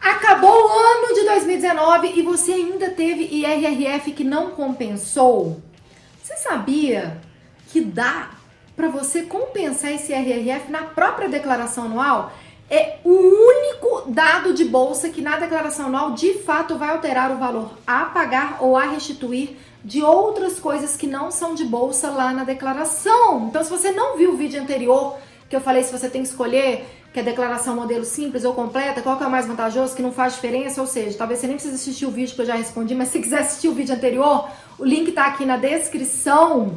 Acabou o ano de 2019 e você ainda teve IRRF que não compensou? Você sabia que dá para você compensar esse IRRF na própria declaração anual? É o único dado de bolsa que na declaração anual de fato vai alterar o valor a pagar ou a restituir de outras coisas que não são de bolsa lá na declaração. Então, se você não viu o vídeo anterior, que eu falei se você tem que escolher que é declaração modelo simples ou completa, qual que é o mais vantajoso, que não faz diferença, ou seja, talvez você nem precise assistir o vídeo que eu já respondi, mas se quiser assistir o vídeo anterior, o link tá aqui na descrição.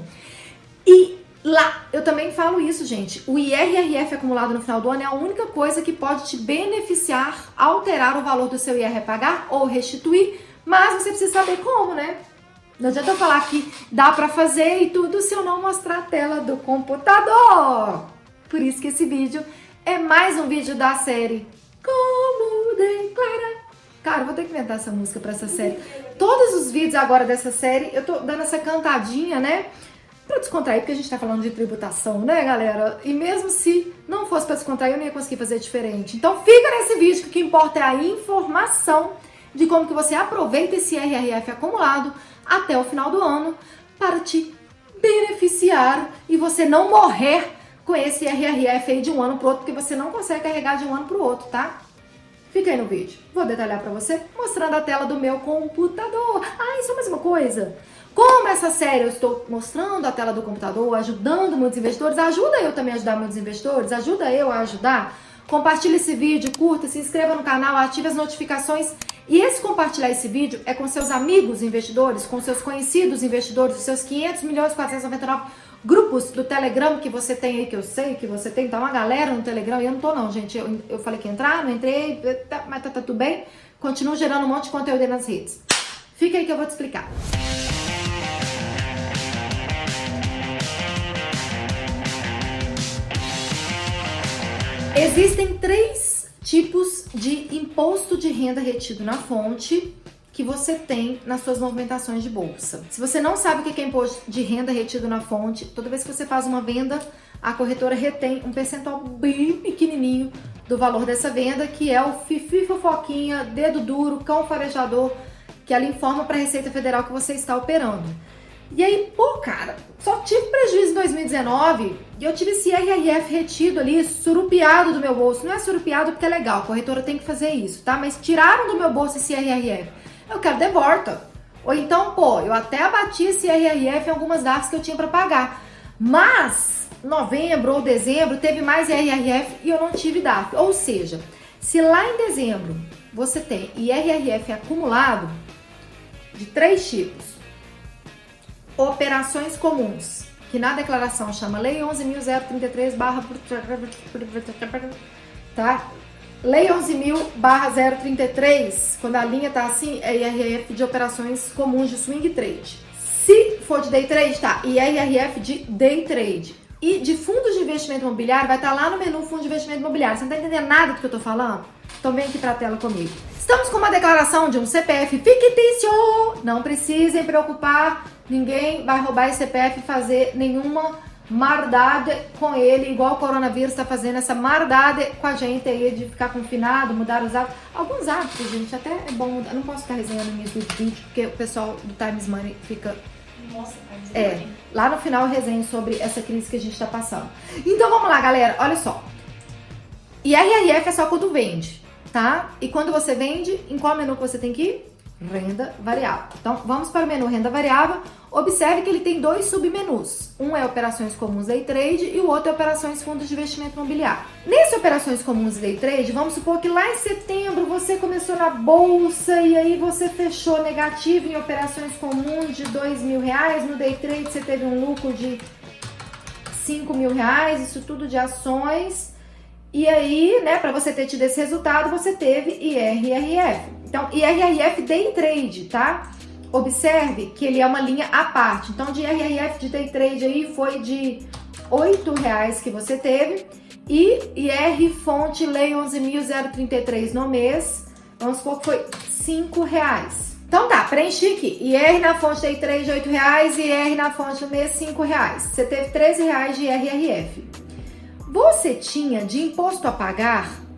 E lá, eu também falo isso, gente, o IRRF acumulado no final do ano é a única coisa que pode te beneficiar, alterar o valor do seu IR a pagar ou restituir, mas você precisa saber como, né? Não adianta eu falar que dá pra fazer e tudo se eu não mostrar a tela do computador. Por isso que esse vídeo é mais um vídeo da série Como Declarar. Cara, eu vou ter que inventar essa música pra essa série. Todos os vídeos agora dessa série, eu tô dando essa cantadinha, né? Pra descontrair, porque a gente tá falando de tributação, né, galera? E mesmo se não fosse pra descontrair, eu não ia conseguir fazer diferente. Então fica nesse vídeo, que o que importa é a informação de como que você aproveita esse IRRF acumulado até o final do ano para te beneficiar e você não morrer com esse IRRF aí de um ano pro outro, porque você não consegue carregar de um ano pro outro, tá? Fica aí no vídeo. Vou detalhar pra você, mostrando a tela do meu computador. Ah, isso é mais uma coisa. Como essa série eu estou mostrando a tela do computador, ajudando muitos investidores, ajuda eu também a ajudar muitos investidores, ajuda eu a ajudar. Compartilhe esse vídeo, curta, se inscreva no canal, ative as notificações. E esse compartilhar esse vídeo é com seus amigos investidores, com seus conhecidos investidores, os seus 500.499 grupos do Telegram que você tem aí, que eu sei que você tem, tá uma galera no Telegram, e eu não tô não, gente, eu falei que ia entrar, não entrei, mas tá tudo bem, continuo gerando um monte de conteúdo aí nas redes. Fica aí que eu vou te explicar. Existem 3 tipos de imposto de renda retido na fonte que você tem nas suas movimentações de bolsa. Se você não sabe o que é imposto de renda retido na fonte, toda vez que você faz uma venda, a corretora retém um percentual bem pequenininho do valor dessa venda, que é o fifi, fofoquinha, dedo duro, cão farejador, que ela informa para a Receita Federal que você está operando. E aí, pô, cara, só tive prejuízo em 2019 e eu tive esse IRRF retido ali, surupiado do meu bolso. Não é surupiado porque é legal, a corretora tem que fazer isso, tá? Mas tiraram do meu bolso esse IRRF. Eu quero de volta. Ou então, pô, eu até abati esse IRRF em algumas datas que eu tinha para pagar. Mas, novembro ou dezembro, teve mais IRRF e eu não tive DARF. Ou seja, se lá em dezembro você tem IRRF acumulado de 3 tipos, operações comuns, que na declaração chama Lei 11.033 tá? Lei 11.033, quando a linha tá assim, é IRRF de operações comuns de swing trade. Se for de day trade, tá? IRRF de day trade. E de fundos de investimento imobiliário, vai estar lá no menu fundo de investimento imobiliário. Você não tá entendendo nada do que eu tô falando? Então vem aqui pra tela comigo. Estamos com uma declaração de um CPF fictício. Não precisem preocupar, ninguém vai roubar esse CPF e fazer nenhuma maldade com ele, igual o coronavírus está fazendo essa maldade com a gente aí de ficar confinado, mudar os hábitos. Alguns hábitos, gente, até é bom mudar. Eu não posso ficar resenhando no início do vídeo, porque o pessoal do Times Money fica... Nossa, lá no final eu resenho sobre essa crise que a gente está passando. Então vamos lá, galera, olha só. IRRF é só quando vende, tá? E quando você vende, em qual menu que você tem que ir? Renda variável. Então, vamos para o menu renda variável. Observe que ele tem 2 submenus. Um é operações comuns day trade e o outro é operações fundos de investimento imobiliário. Nesse operações comuns day trade, vamos supor que lá em setembro você começou na bolsa e aí você fechou negativo em operações comuns de R$2.000. No day trade você teve um lucro de R$5.000, isso tudo de ações. E aí, né, para você ter tido esse resultado, você teve IRRF. Então, IRRF day trade, tá? Observe que ele é uma linha à parte. Então, de IRRF de day trade aí foi de R$8 que você teve. E IR fonte Lei 11.033 no mês, vamos supor que foi R$5. Então tá, preenchi aqui. IR na fonte day trade R$8 e IR na fonte do mês R$5. Você teve R$13 de IRRF. Você tinha de imposto a pagar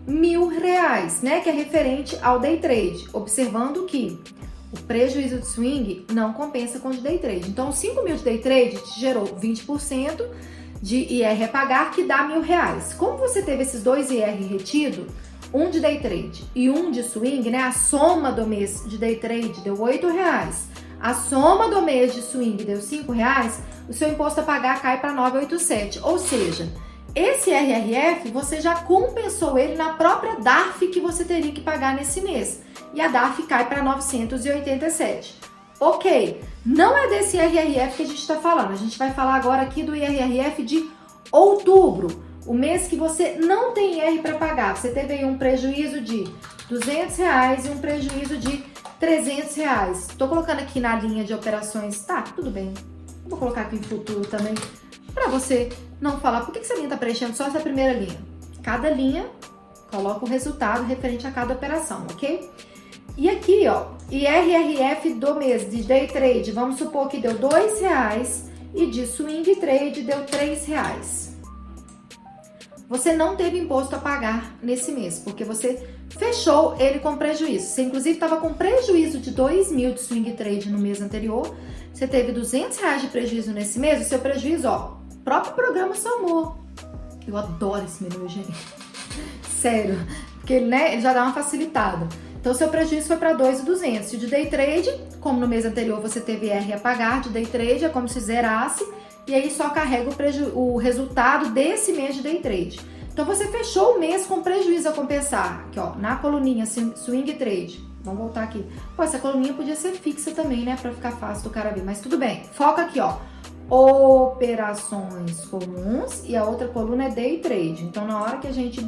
R$1.000, né? Que é referente ao day trade. Observando que o prejuízo de swing não compensa com o de day trade. Então, 5 mil de day trade te gerou 20% de IR a pagar, que dá R$1.000. Como você teve esses dois IR retido, um de day trade e um de swing, né? A soma do mês de day trade deu R$8. A soma do mês de swing deu R$5. O seu imposto a pagar cai para 987. Ou seja, esse RRF você já compensou ele na própria DARF que você teria que pagar nesse mês. E a DARF cai para 987. Ok, não é desse IRRF que a gente está falando. A gente vai falar agora aqui do IRRF de outubro, o mês que você não tem IR para pagar. Você teve aí um prejuízo de R$200 e um prejuízo de R$300. Estou colocando aqui na linha de operações. Tá, tudo bem. Vou colocar aqui em futuro também, para você não falar. Por que essa linha está preenchendo só essa primeira linha? Cada linha coloca o resultado referente a cada operação, ok? E aqui, ó, IRRF do mês de day trade, vamos supor que deu R$2 e de swing trade deu R$3. Você não teve imposto a pagar nesse mês, porque você fechou ele com prejuízo. Você, inclusive, estava com prejuízo de 2 mil de swing trade no mês anterior. Você teve R$200 de prejuízo nesse mês. O seu prejuízo, ó, o próprio programa somou. Eu adoro esse menu, gente. Sério, porque ele, né, ele já dá uma facilitada. Então, seu prejuízo foi para 2.200. E de day trade, como no mês anterior você teve IR a pagar, de day trade é como se zerasse, e aí só carrega o resultado desse mês de day trade. Então, você fechou o mês com prejuízo a compensar. Aqui, ó, na coluninha swing trade. Vamos voltar aqui. Pô, essa coluninha podia ser fixa também, né, para ficar fácil do cara ver, mas tudo bem. Foca aqui, ó. Operações comuns e a outra coluna é day trade. Então, na hora que a gente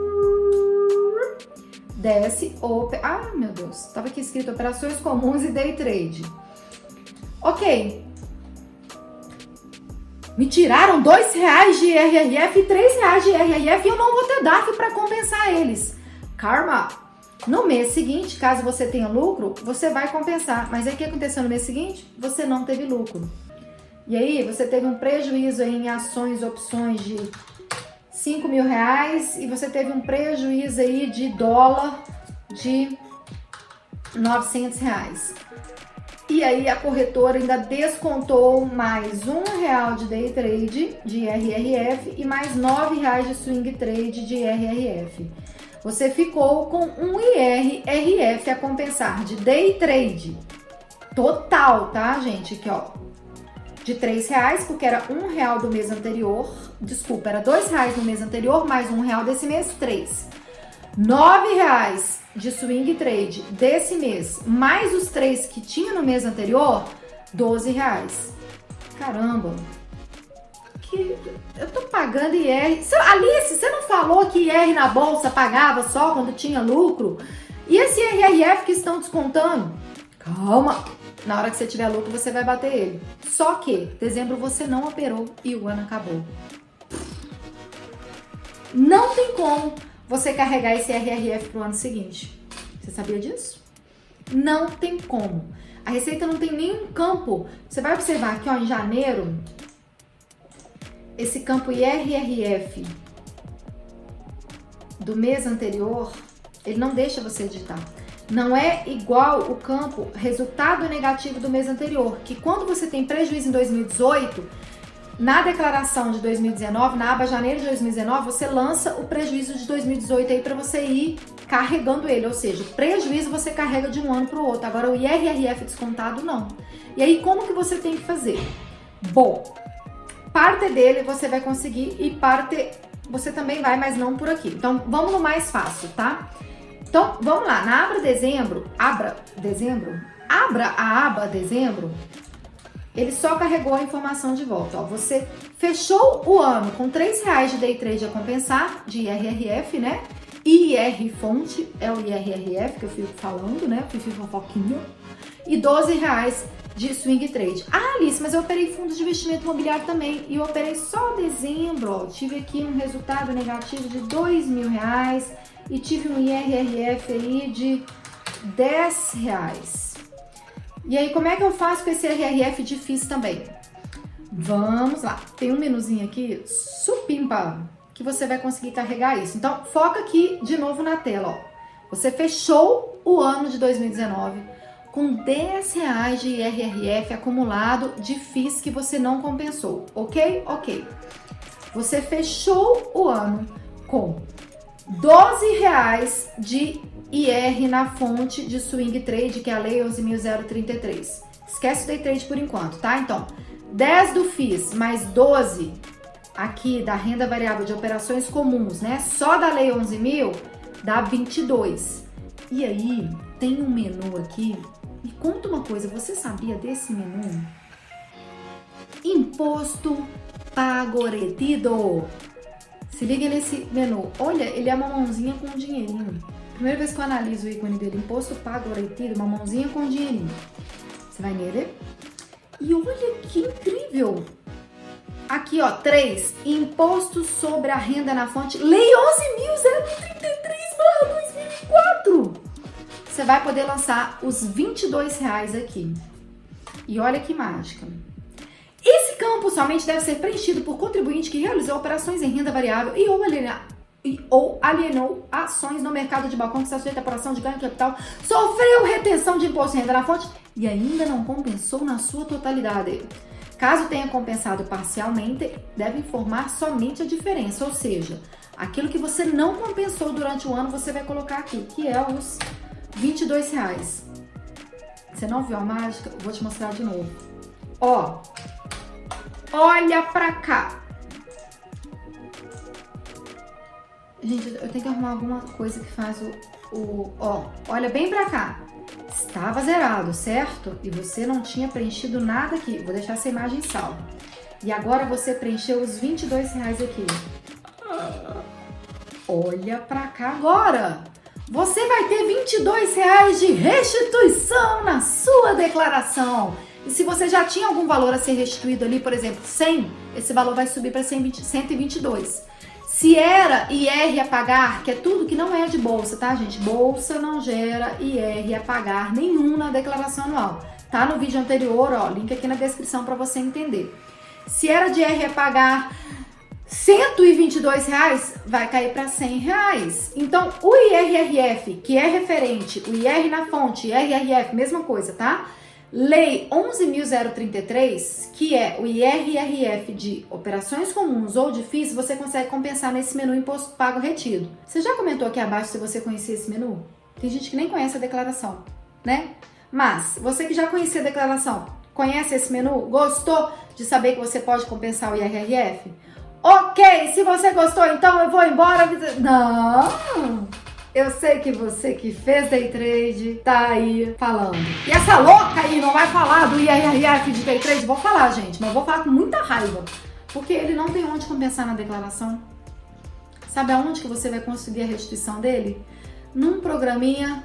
desce, ah, meu Deus, tava aqui escrito operações comuns e day trade. Ok. Me tiraram R$2 de IRRF e R$3 de IRRF e eu não vou ter DARF para compensar eles. Karma. No mês seguinte, caso você tenha lucro, você vai compensar. Mas aí o que aconteceu no mês seguinte? Você não teve lucro. E aí você teve um prejuízo aí em ações, opções de R$5.000 e você teve um prejuízo aí de dólar de R$900. E aí a corretora ainda descontou mais R$1 de day trade de IRRF e mais R$9 de swing trade de IRRF. Você ficou com um IRRF a compensar de day trade total, tá, gente? Aqui, ó, de R$3, porque era R$1 do mês anterior. Desculpa, era R$2 no mês anterior, mais R$1 desse mês, R$3. R$9 de swing trade desse mês, mais os 3 que tinha no mês anterior, R$12. Caramba! Que eu tô pagando IR. Alice, você não falou que IR na bolsa pagava só quando tinha lucro? E esse IRRF que estão descontando? Calma! Na hora que você tiver lucro, você vai bater ele. Só que dezembro você não operou e o ano acabou. Não tem como você carregar esse RRF pro ano seguinte. Você sabia disso? Não tem como. A Receita não tem nenhum campo. Você vai observar aqui, ó, em janeiro, esse campo IRRF do mês anterior, ele não deixa você digitar. Não é igual o campo resultado negativo do mês anterior, que quando você tem prejuízo em 2018, na declaração de 2019, na aba janeiro de 2019, você lança o prejuízo de 2018 aí para você ir carregando ele, ou seja, o prejuízo você carrega de um ano para o outro. Agora o IRRF descontado não. E aí como que você tem que fazer? Bom, parte dele você vai conseguir e parte você também vai, mas não por aqui. Então vamos no mais fácil, tá? Então vamos lá, na abra a aba dezembro. Ele só carregou a informação de volta. Ó, você fechou o ano com R$3 de day trade a compensar, de IRRF, né? IR fonte é o IRRF que eu fico falando, né? Fifi fofoquinho. E R$12 de swing trade. Ah, Alice, mas eu operei fundos de investimento imobiliário também. E eu operei só dezembro, ó. Tive aqui um resultado negativo de R$2.000 e tive um IRRF aí de R$10. E aí, como é que eu faço com esse RRF difícil também? Vamos lá. Tem um menuzinho aqui, supimpa. que você vai conseguir carregar isso. Então, foca aqui de novo na tela, ó. Você fechou o ano de 2019 com R$10 de IRRF acumulado de FIIs que você não compensou, ok? Ok. Você fechou o ano com R$12 de IR na fonte de swing trade, que é a lei 11.033. Esquece o day trade por enquanto, tá? Então, 10 do FIIs mais 12 aqui da renda variável de operações comuns, né? Só da lei 11.000 dá 22. E aí, tem um menu aqui. Me conta uma coisa, você sabia desse menu? Imposto pago retido. Se liga nesse menu. Olha, ele é uma mãozinha com um dinheirinho. Primeira vez que eu analiso o ícone dele, imposto pago retido, uma mãozinha com um dinheirinho. Você vai nele. E olha que incrível. Aqui, ó, 3. Imposto sobre a renda na fonte. Lei 11.033/2004. Você vai poder lançar os R$22 aqui. E olha que mágica. Esse campo somente deve ser preenchido por contribuinte que realizou operações em renda variável ou alienou ações no mercado de balcão que está sujeito à apuração de ganho de capital, sofreu retenção de imposto de renda na fonte e ainda não compensou na sua totalidade. Caso tenha compensado parcialmente, deve informar somente a diferença, ou seja, aquilo que você não compensou durante o ano, você vai colocar aqui, que é os R$22. Você não viu a mágica? Vou te mostrar de novo. Ó, olha pra cá. Gente, eu tenho que arrumar alguma coisa que faz ó, olha bem pra cá. Estava zerado, certo? E você não tinha preenchido nada aqui. Vou deixar essa imagem salva. E agora você preencheu os R$22 aqui. Olha pra cá agora. Você vai ter R$22 de restituição na sua declaração. E se você já tinha algum valor a ser restituído ali, por exemplo, 100, esse valor vai subir para 122. Se era IR a pagar, que é tudo que não é de bolsa, tá, gente? Bolsa não gera IR a pagar nenhum na declaração anual. Tá no vídeo anterior, ó, link aqui na descrição para você entender. Se era de IR a pagar R$122, vai cair para R$100. Então, o IRRF, que é referente, o IR na fonte, IRRF, mesma coisa, tá? Lei 11.033, que é o IRRF de operações comuns ou de FIIs, você consegue compensar nesse menu imposto pago retido. Você já comentou aqui abaixo se você conhecia esse menu? Tem gente que nem conhece a declaração, né? Mas, você que já conhecia a declaração, conhece esse menu? Gostou de saber que você pode compensar o IRRF? Ok, se você gostou, então eu vou embora. Não! Eu sei que você que fez day trade tá aí falando. E essa louca aí não vai falar do IRRF de day trade? Vou falar, gente, mas vou falar com muita raiva. Porque ele não tem onde compensar na declaração. Sabe aonde que você vai conseguir a restituição dele? Num programinha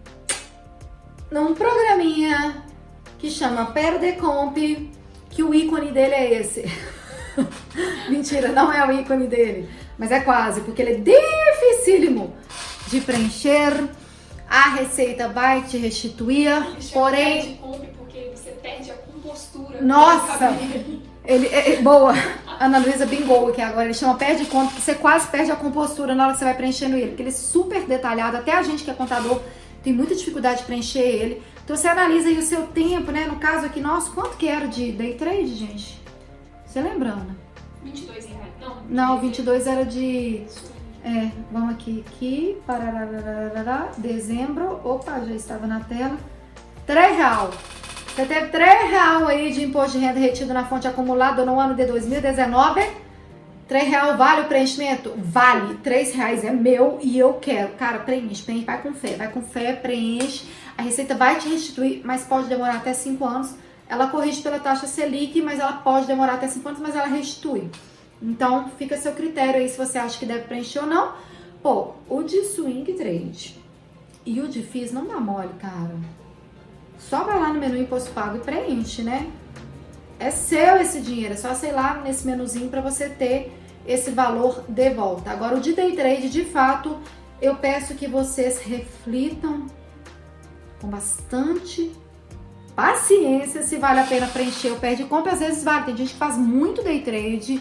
que chama Perdecomp, que o ícone dele é esse. Mentira, não é o ícone dele, mas é quase, porque ele é dificílimo de preencher. A Receita vai te restituir, porém... Porque você perde a compostura. Nossa! Boa! Ana Luísa bingou aqui agora. Ele chama perde conta, porque você quase perde a compostura na hora que você vai preenchendo ele, porque ele é super detalhado. Até a gente que é contador tem muita dificuldade de preencher ele. Então você analisa aí o seu tempo, né? No caso aqui, nosso, quanto que era de day trade, gente? Você lembra, Ana? R$22. Não, 22 era de... vamos aqui, pararararará, dezembro, opa, já estava na tela, R$3. Você teve R$3 aí de imposto de renda retido na fonte acumulada no ano de 2019, R$3 vale o preenchimento? Vale, R$3 é meu e eu quero. Cara, preenche, vai com fé, preenche, a Receita vai te restituir, mas pode demorar até 5 anos, ela corrige pela taxa Selic, mas ela pode demorar até 5 anos, mas ela restitui. Então, fica a seu critério aí se você acha que deve preencher ou não. Pô, o de swing trade e o de FIIs não dá mole, cara. Só vai lá no menu imposto pago e preenche, né? É seu esse dinheiro, é só, sei lá, nesse menuzinho para você ter esse valor de volta. Agora, o de day trade, de fato, eu peço que vocês reflitam com bastante paciência se vale a pena preencher o perde compra. Às vezes vale, tem gente que faz muito day trade,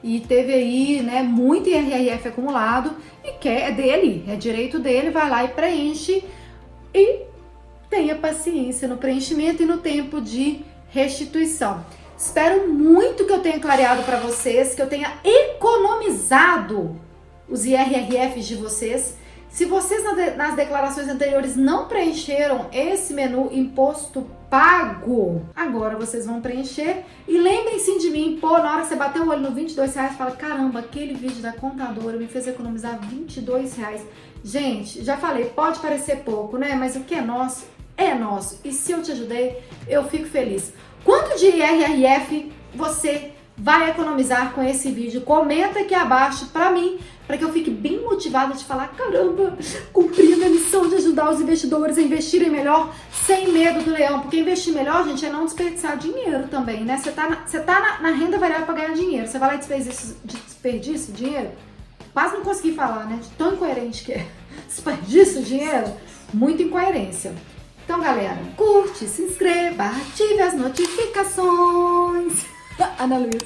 e teve aí, né, muito IRRF acumulado e quer, é dele, é direito dele, vai lá e preenche e tenha paciência no preenchimento e no tempo de restituição. Espero muito que eu tenha clareado para vocês, que eu tenha economizado os IRRFs de vocês. Se vocês nas declarações anteriores não preencheram esse menu imposto pago, agora vocês vão preencher. E lembrem-se de mim, pô, na hora que você bater o olho no R$22, fala, caramba, aquele vídeo da contadora me fez economizar R$22. Gente, já falei, pode parecer pouco, né? Mas o que é nosso, é nosso. E se eu te ajudei, eu fico feliz. Quanto de IRRF você vai economizar com esse vídeo? Comenta aqui abaixo pra mim, para que eu fique bem motivada de falar, caramba, cumpri a minha missão de ajudar os investidores a investirem melhor sem medo do leão. Porque investir melhor, gente, é não desperdiçar dinheiro também, né? Você tá na renda variável para ganhar dinheiro. Você vai lá e desperdiça dinheiro? Quase não consegui falar, né? De tão incoerente que é. Desperdiça dinheiro? Muita incoerência. Então, galera, curte, se inscreva, ative as notificações. Ana Luísa.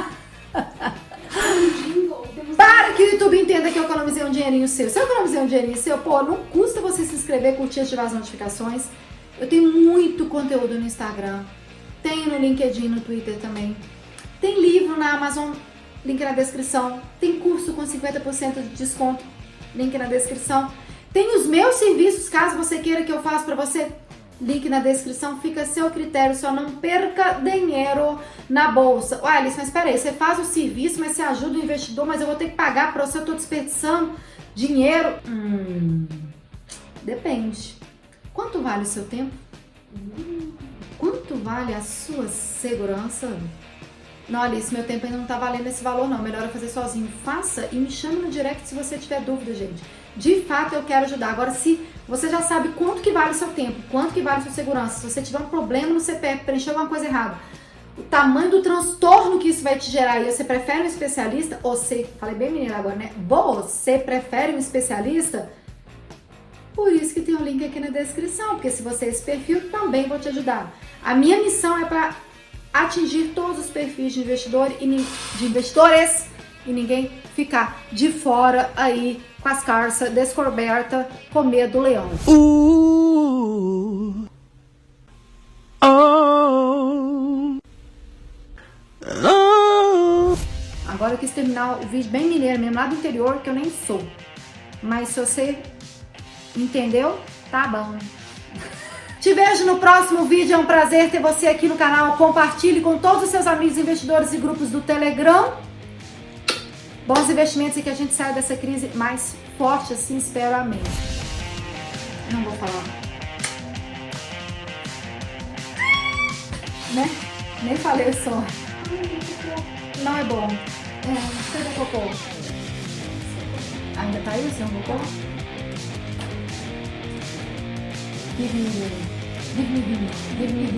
Para que o YouTube entenda que eu economizei um dinheirinho seu. Se eu economizei um dinheirinho seu, pô, não custa você se inscrever, curtir, ativar as notificações. Eu tenho muito conteúdo no Instagram. Tenho no LinkedIn, no Twitter também. Tem livro na Amazon, link na descrição. Tem curso com 50% de desconto, link na descrição. Tem os meus serviços, caso você queira que eu faça pra você, link na descrição, fica a seu critério, só não perca dinheiro na bolsa. Olha, Alice, mas peraí, você faz o serviço, mas você ajuda o investidor, mas eu vou ter que pagar pra você, eu tô desperdiçando dinheiro. Depende. Quanto vale o seu tempo? Quanto vale a sua segurança? Não, Alice, meu tempo ainda não tá valendo esse valor não, melhor eu fazer sozinho. Faça e me chame no direct se você tiver dúvida, gente. De fato, eu quero ajudar. Agora, se você já sabe quanto que vale o seu tempo, quanto que vale a sua segurança, se você tiver um problema no CPF, preencheu alguma coisa errada, o tamanho do transtorno que isso vai te gerar e você prefere um especialista, falei bem menina agora, né? Você prefere um especialista? Por isso que tem um link aqui na descrição, porque se você é esse perfil, também vou te ajudar. A minha missão é para atingir todos os perfis de investidores e ninguém ficar de fora aí com as carças descobertas com medo do leão. Agora eu quis terminar o vídeo bem mineiro mesmo, lá do interior, que eu nem sou. Mas se você entendeu, tá bom. Te vejo no próximo vídeo, é um prazer ter você aqui no canal. Compartilhe com todos os seus amigos investidores e grupos do Telegram. Bons investimentos e que a gente saia dessa crise mais forte, assim, espero, amém. Não vou falar. Né? Nem falei o som. Não é bom. Cadê o cocô? Ainda tá aí o seu cocô? Give me.